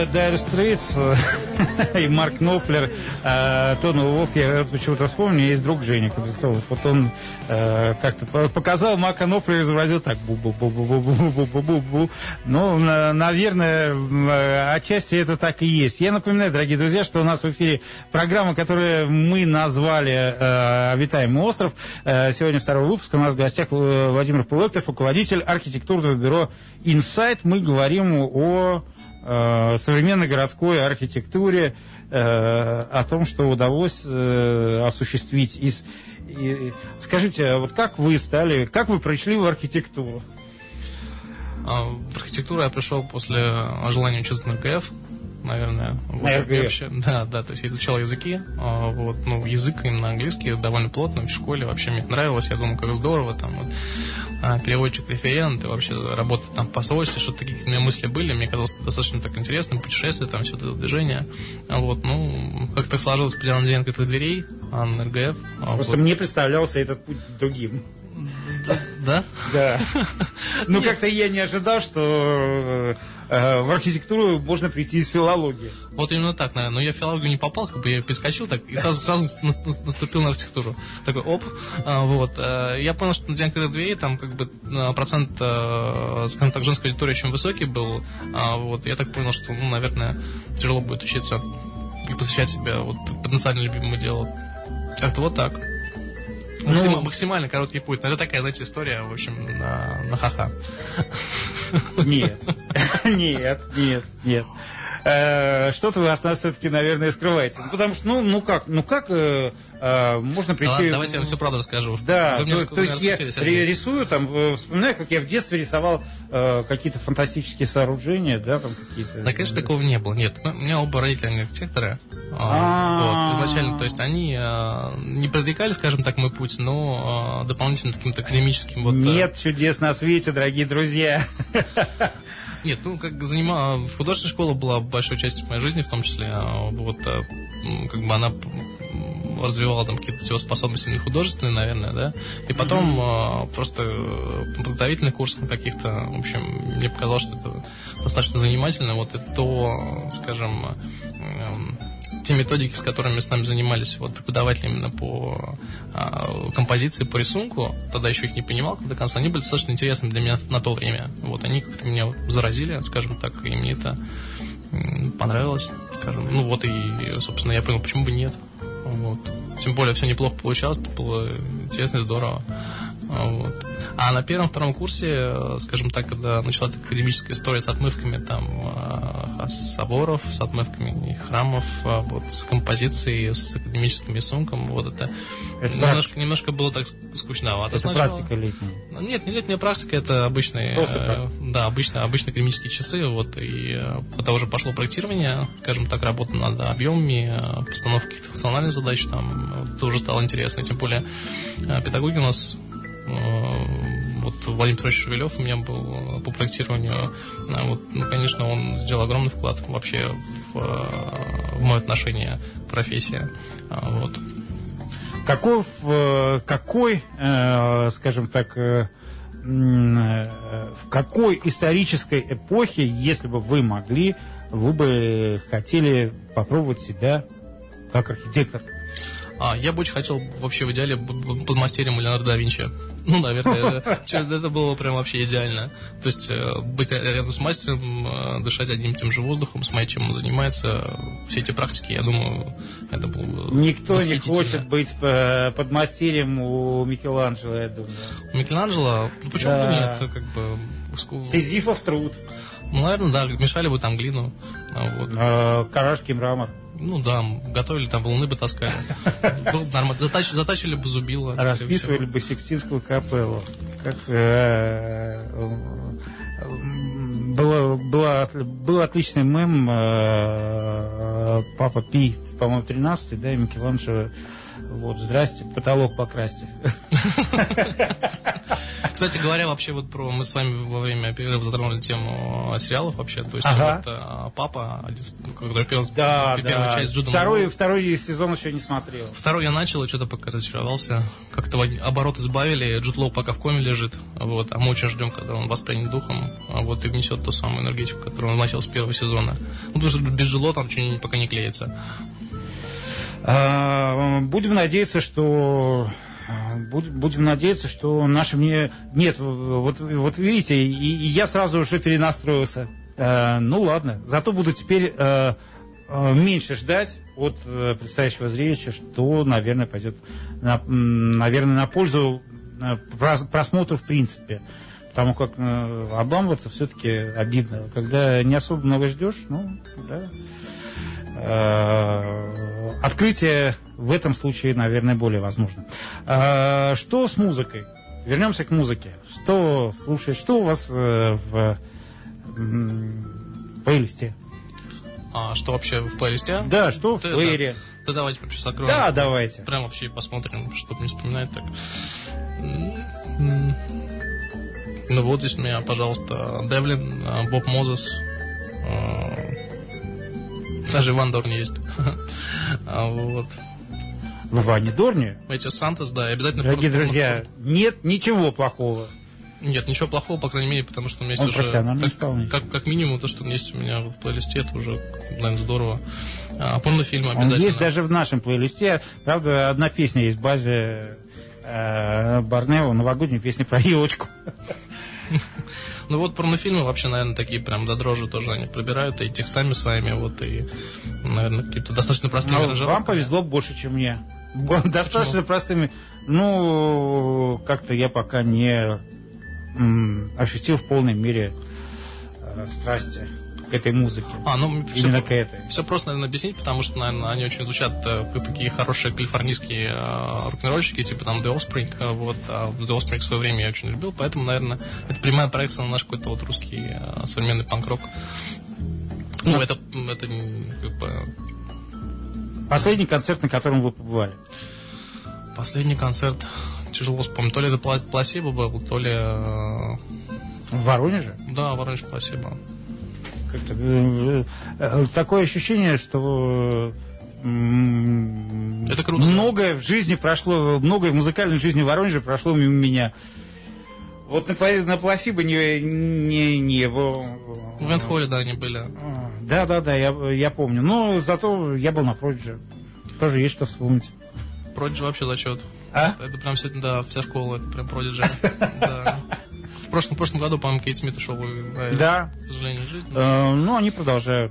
Dire Straits и Марк Knopfler, Тон Волф, я почему-то вспомню, есть друг Женя Кудрецов. Вот он как-то показал Марка Knopfler, изобразил так бу-бу-бу-бу-бу-бу-бу-бу-бу. Ну, наверное, отчасти это так и есть. Я напоминаю, дорогие друзья, что у нас в эфире программа, которую мы назвали «Обитаемый остров». Сегодня второй выпуск. У нас в гостях Владимир Пулоктов, руководитель архитектурного бюро «Инсайт». Мы говорим о современной городской архитектуре, о том, что удалось осуществить. Скажите, вот как вы пришли в архитектуру? В архитектуру я пришел после желания учиться на РГФ, наверное. РГФ? Да, то есть я изучал языки, язык именно английский довольно плотно в школе, вообще мне нравилось, я думаю, как здорово, там, переводчик, референт, и вообще работа там в посольстве, что-то такие у меня мысли были, мне казалось достаточно так интересно, путешествие, там, все это движение, как-то сложилось определенное открытых дверей на РГФ. Просто мне представлялся этот путь другим. Да? Да. Ну, как-то я не ожидал, что в архитектуру можно прийти из филологии. Вот именно так, наверное. Но я в филологию не попал, я перескочил так и сразу наступил на архитектуру. Такой, оп. Я понял, что на день открытых дверей там процент, скажем так, женской аудитории очень высокий был. Я так понял, что, наверное, тяжело будет учиться и посвящать себя потенциально любимому делу. Как-то вот так. Максимально короткий путь. Это такая, знаете, история, в общем, на ха-ха. Нет. Что-то вы от нас все-таки, наверное, скрываете. Потому что, как можно прийти... Ладно, давайте я вам всю правду расскажу. Да, то есть я рисую, вспоминаю, как я в детстве рисовал какие-то фантастические сооружения, да, там какие-то... Да, конечно, такого не было, нет. У меня оба родителя архитектора. Изначально, то есть они не предрекали, скажем так, мой путь, но дополнительно каким-то академическим... Нет чудес на свете, дорогие друзья. Нет, художественная школа была большой частью моей жизни, в том числе, она развивала там какие-то его способности художественные, наверное, да, и потом просто подготовительных курсов каких-то, в общем, мне показалось, что это достаточно занимательно, и то, скажем, те методики, с которыми с нами занимались преподаватели именно по композиции, по рисунку, тогда еще их не понимал до конца, они были достаточно интересны для меня на то время. Они как-то меня заразили, скажем так, и мне это понравилось, скажем. И, собственно, я понял, почему бы нет. Тем более все неплохо получалось, это было интересно и здорово. А на первом-втором курсе, скажем так, когда началась академическая история с отмывками соборов, с отмывками храмов, с композицией, с академическим рисунком, это немножко было так скучновато. Это практика летняя? Нет, не летняя практика, это обычные, обычные академические часы, и потом уже пошло проектирование, скажем так, работа над объемами, постановка каких-то функциональных задач, это уже стало интересно, тем более педагоги у нас... Владимир Петрович Шевелев у меня был по проектированию. Конечно, он сделал огромный вклад вообще в мое отношение к профессии. Какой, скажем так, в какой исторической эпохе, если бы вы могли, вы бы хотели попробовать себя как архитектор? Я бы очень хотел вообще в идеале под мастерем Леонардо да Винчи. Наверное, это было прям вообще идеально. То есть быть рядом с мастером, дышать одним и тем же воздухом, смотреть, чем он занимается. Все эти практики, я думаю, это было Никто не хочет быть под мастерем у Микеланджело, я думаю. У Микеланджело? Почему бы нет? Сизифов труд. Наверное, да, мешали бы там глину. Каражский мрамор. Готовили, там валуны бы таскали. Затачили бы зубило. Расписывали бы Сикстинскую капеллу. Был отличный мем Папа Пий, по-моему, 13-й, да, и Микеланджело Вот, здрасте, потолок покрасьте. Кстати говоря, вообще вот мы с вами во время перерыва затронули тему сериалов вообще. То есть вот «Папа», который пел первую часть с Джудом Лоу. Второй сезон еще не смотрел. Второй я начал, и что-то пока разочаровался. Как-то оборот избавили, Джуд Лоу пока в коме лежит. Вот, а мы очень ждем, когда он воспрянет духом, вот, и внесет ту самую энергетику, которую он вносил с первого сезона. Ну, потому что без Джуд Лоу там ничего пока не клеится. Будем надеяться, что наше мне... Нет, вот видите, и я сразу уже перенастроился. Ну ладно, зато буду теперь меньше ждать от предстоящего зрелища, что, наверное, пойдет на пользу просмотру в принципе. Потому как обламываться все-таки обидно. Когда не особо много ждешь, ну, да... Открытие в этом случае, наверное, более возможно. Что с музыкой? Вернемся к музыке. Что слушаешь? Что у вас в плейлисте? Что вообще в плейлисте? Да, что в плеере? Да давайте вообще закроем. Да, давайте. Прям вообще посмотрим, чтобы не вспоминать так. Ну вот здесь у меня, пожалуйста, Девлин, Боб Мозес. Даже Иван Дорни есть. Вот. В Иване Дорни? Эти Сантос, да, и обязательно... Дорогие друзья, нет ничего плохого. Нет, ничего плохого, по крайней мере, потому что у меня есть уже... Как минимум, то, что есть у меня в плейлисте, это уже, наверное, здорово. Порнофильмы обязательно. Он есть даже в нашем плейлисте. Правда, одна песня есть в базе Барнео, новогодняя песня про елочку. Ну вот порнофильмы вообще, наверное, такие прям до дрожи тоже они пробирают, и текстами своими, вот, и, наверное, какие-то достаточно простые аранжировки. Вам повезло больше, чем мне. Достаточно простыми. Ну, как-то я пока не ощутил в полной мере страсти к этой музыке. Именно к этой. Все просто, наверное, объяснить, потому что, наверное, они очень звучат как такие хорошие калифорнийские рок-н-ролльщики, типа там The Offspring. Вот, а The Offspring в свое время я очень любил, поэтому, наверное, это прямая проекция на наш какой-то вот русский современный панк-рок. Ну, это как бы... Последний концерт, на котором вы побывали? Последний концерт, тяжело вспомнить. То ли это Пласибо был, то ли... В Воронеже? Да, Воронеж Пласибо. Как-то, такое ощущение, что это круто, многое в жизни прошло, многое в музыкальной жизни Воронежа прошло мимо меня. Вот на Пласибо не его... В Вентхолле, да, они были. Да, я помню. Но зато я был на Продиджи. Тоже есть что вспомнить. Продиджи вообще зачет. Это прям сегодня, да, вся школа, это прям Продиджи. В прошлом году, по-моему, Кейт Смит ушел, да. К сожалению, жизнь. Ну, они продолжают.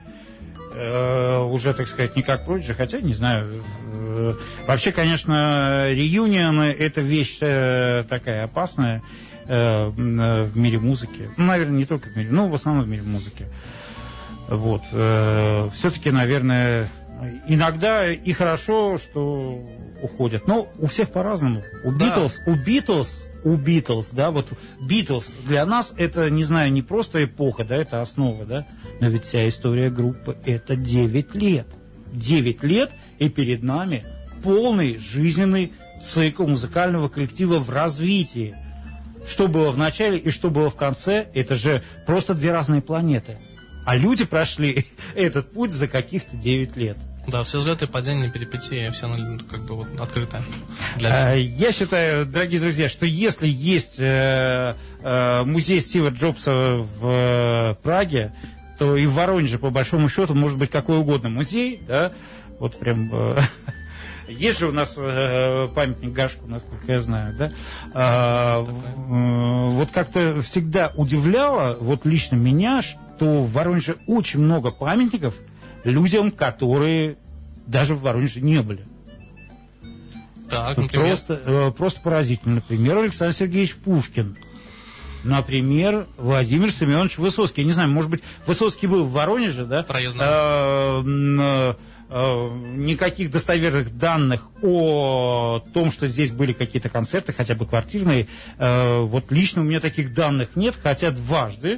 Уже, так сказать, не как Продиджи, хотя, не знаю. Вообще, конечно, реюнионы – это вещь такая опасная в мире музыки. Ну, наверное, не только в мире, но в основном в мире музыки. Вот. Все-таки, наверное, иногда и хорошо, что уходят. Но у всех по-разному. У Битлз, да, вот Битлз для нас это, не знаю, не просто эпоха, да, это основа, да, но ведь вся история группы это 9 лет. 9 лет, и перед нами полный жизненный цикл музыкального коллектива в развитии. Что было в начале и что было в конце, это же просто две разные планеты. А люди прошли этот путь за каких-то 9 лет. Да, все взлеты, падения, перипетии, все как бы вот открыто для всех. Я считаю, дорогие друзья, что если есть музей Стива Джобса в Праге, то и в Воронеже, по большому счету, может быть какой угодно музей, да, вот прям... Есть же у нас памятник Гашку, насколько я знаю, да? Вот как-то всегда удивляло, вот лично меня, что в Воронеже очень много памятников людям, которые даже в Воронеже не были. Так, например? Просто поразительно. Например, Александр Сергеевич Пушкин. Например, Владимир Семенович Высоцкий. Я не знаю, может быть, Высоцкий был в Воронеже, да? Проездной. Никаких достоверных данных о том, что здесь были какие-то концерты, хотя бы квартирные. Вот лично у меня таких данных нет, хотя дважды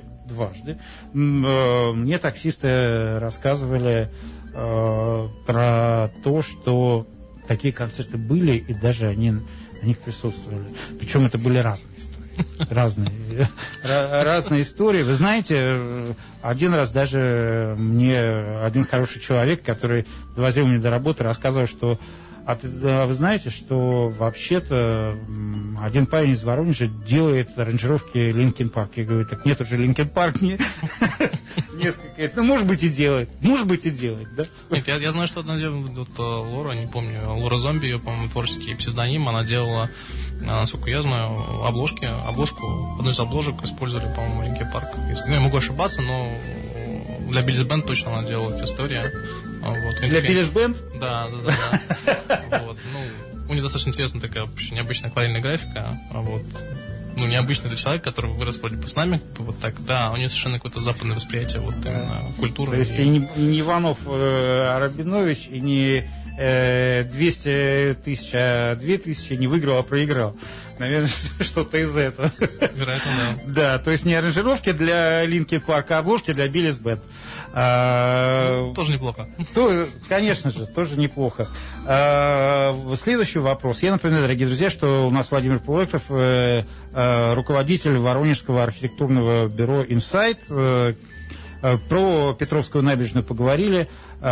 мне таксисты рассказывали про то, что такие концерты были, и даже они на них присутствовали. Причем это были разные истории. Разные истории. Вы знаете, один раз даже мне один хороший человек, который довозил меня до работы, рассказывал, что вы знаете, что вообще-то один парень из Воронежа делает аранжировки Linkin Park. Я говорю, так нет уже Linkin Park. Несколько. Ну, может быть, и делает. Да? Нет, я знаю, что одна девушка, Лора, не помню, Лора Зомби, ее, по-моему, творческий псевдоним, она делала, насколько я знаю, обложку, одну из обложек использовали, по-моему, Linkin Park. Я могу ошибаться, но для Биллис Бенд точно она делала эту историю. Вот. Для Биллис Бенд? Да. Вот. Ну, у нее достаточно интересная такая вообще необычная акварельная графика. Вот. Ну, необычный для человека, который вырос вроде бы с нами, вот так, да, у нее совершенно какое-то западное восприятие вот именно культуры. То есть и не Иванов Рабинович, и не 200 тысяч, а 2000 не выиграл, а проиграл. Наверное, что-то из этого. Вероятно, да. Да, то есть не аранжировки для Linkin Park, а обложки для Биллис Бенд. Тоже неплохо. Конечно же, тоже неплохо. Следующий вопрос. Я напоминаю, дорогие друзья, что у нас Владимир Полуэктов, руководитель Воронежского архитектурного бюро «Инсайт». Про Петровскую набережную поговорили,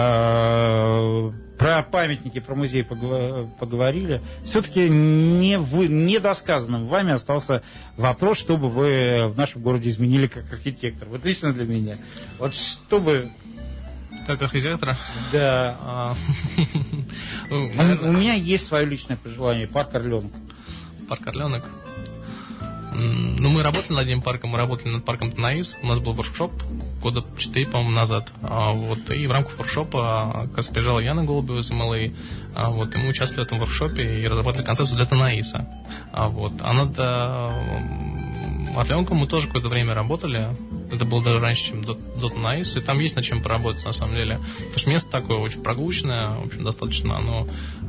про памятники, про музей поговорили. Все-таки недосказанным вами остался вопрос, что бы вы в нашем городе изменили как архитектор. Вот лично для меня. Вот что бы... Как архитектора? Да. У меня есть свое личное пожелание. Парк Орленок. Парк Орленок? Ну, мы работали над одним парком, мы работали над парком Танаис. У нас был воркшоп года 4, по-моему, назад. Вот, и в рамках воркшопа как раз приезжала Яна Голубева из МЛА. Вот, и мы участвовали в этом воркшопе и разработали концепцию для Танаиса. Вот. А над Орленком мы тоже какое-то время работали. Это было даже раньше, чем до Танаиса. И там есть над чем поработать, на самом деле. Потому что место такое очень прогулочное, в общем, достаточно оно...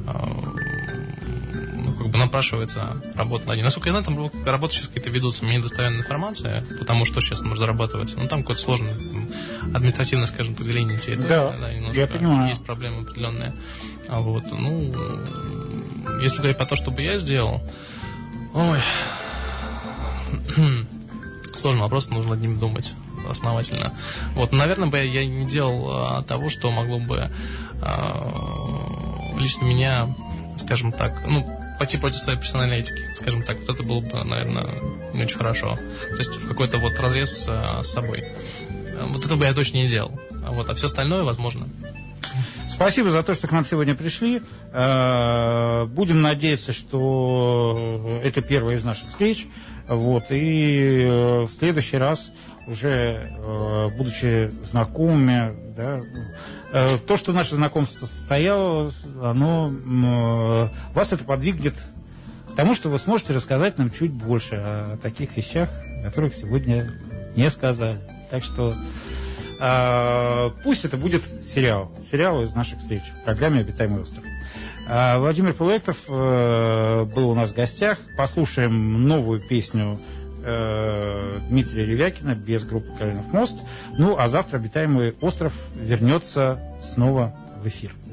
как бы напрашивается работа над ним. Насколько я знаю, там работы сейчас какие-то ведутся, мне недостоверная информация, потому что сейчас там разрабатывается. Но там какое-то сложное административное, скажем, поделение территории. Да, я понимаю. Есть проблемы определенные. Вот. Ну, если говорить про то, что бы я сделал, сложный вопрос, нужно над ним думать основательно. Вот, наверное, бы я не делал того, что могло бы лично меня, скажем так, пойти против своей профессиональной этики, скажем так. Вот это было бы, наверное, не очень хорошо. То есть в какой-то вот разрез с собой. Вот это бы я точно не делал. А все остальное возможно. Спасибо за то, что к нам сегодня пришли. Будем надеяться, что это первая из наших встреч. Вот. И в следующий раз, уже будучи знакомыми, да, то, что наше знакомство состоялось, вас это подвигнет к тому, что вы сможете рассказать нам чуть больше о таких вещах, о которых сегодня не сказали. Так что пусть это будет сериал из наших встреч в программе «Обитаемый остров». Владимир Полуэктов был у нас в гостях. Послушаем новую песню Дмитрия Ревякина без группы «Калинов мост». Ну, а завтра «Обитаемый остров» вернется снова в эфир.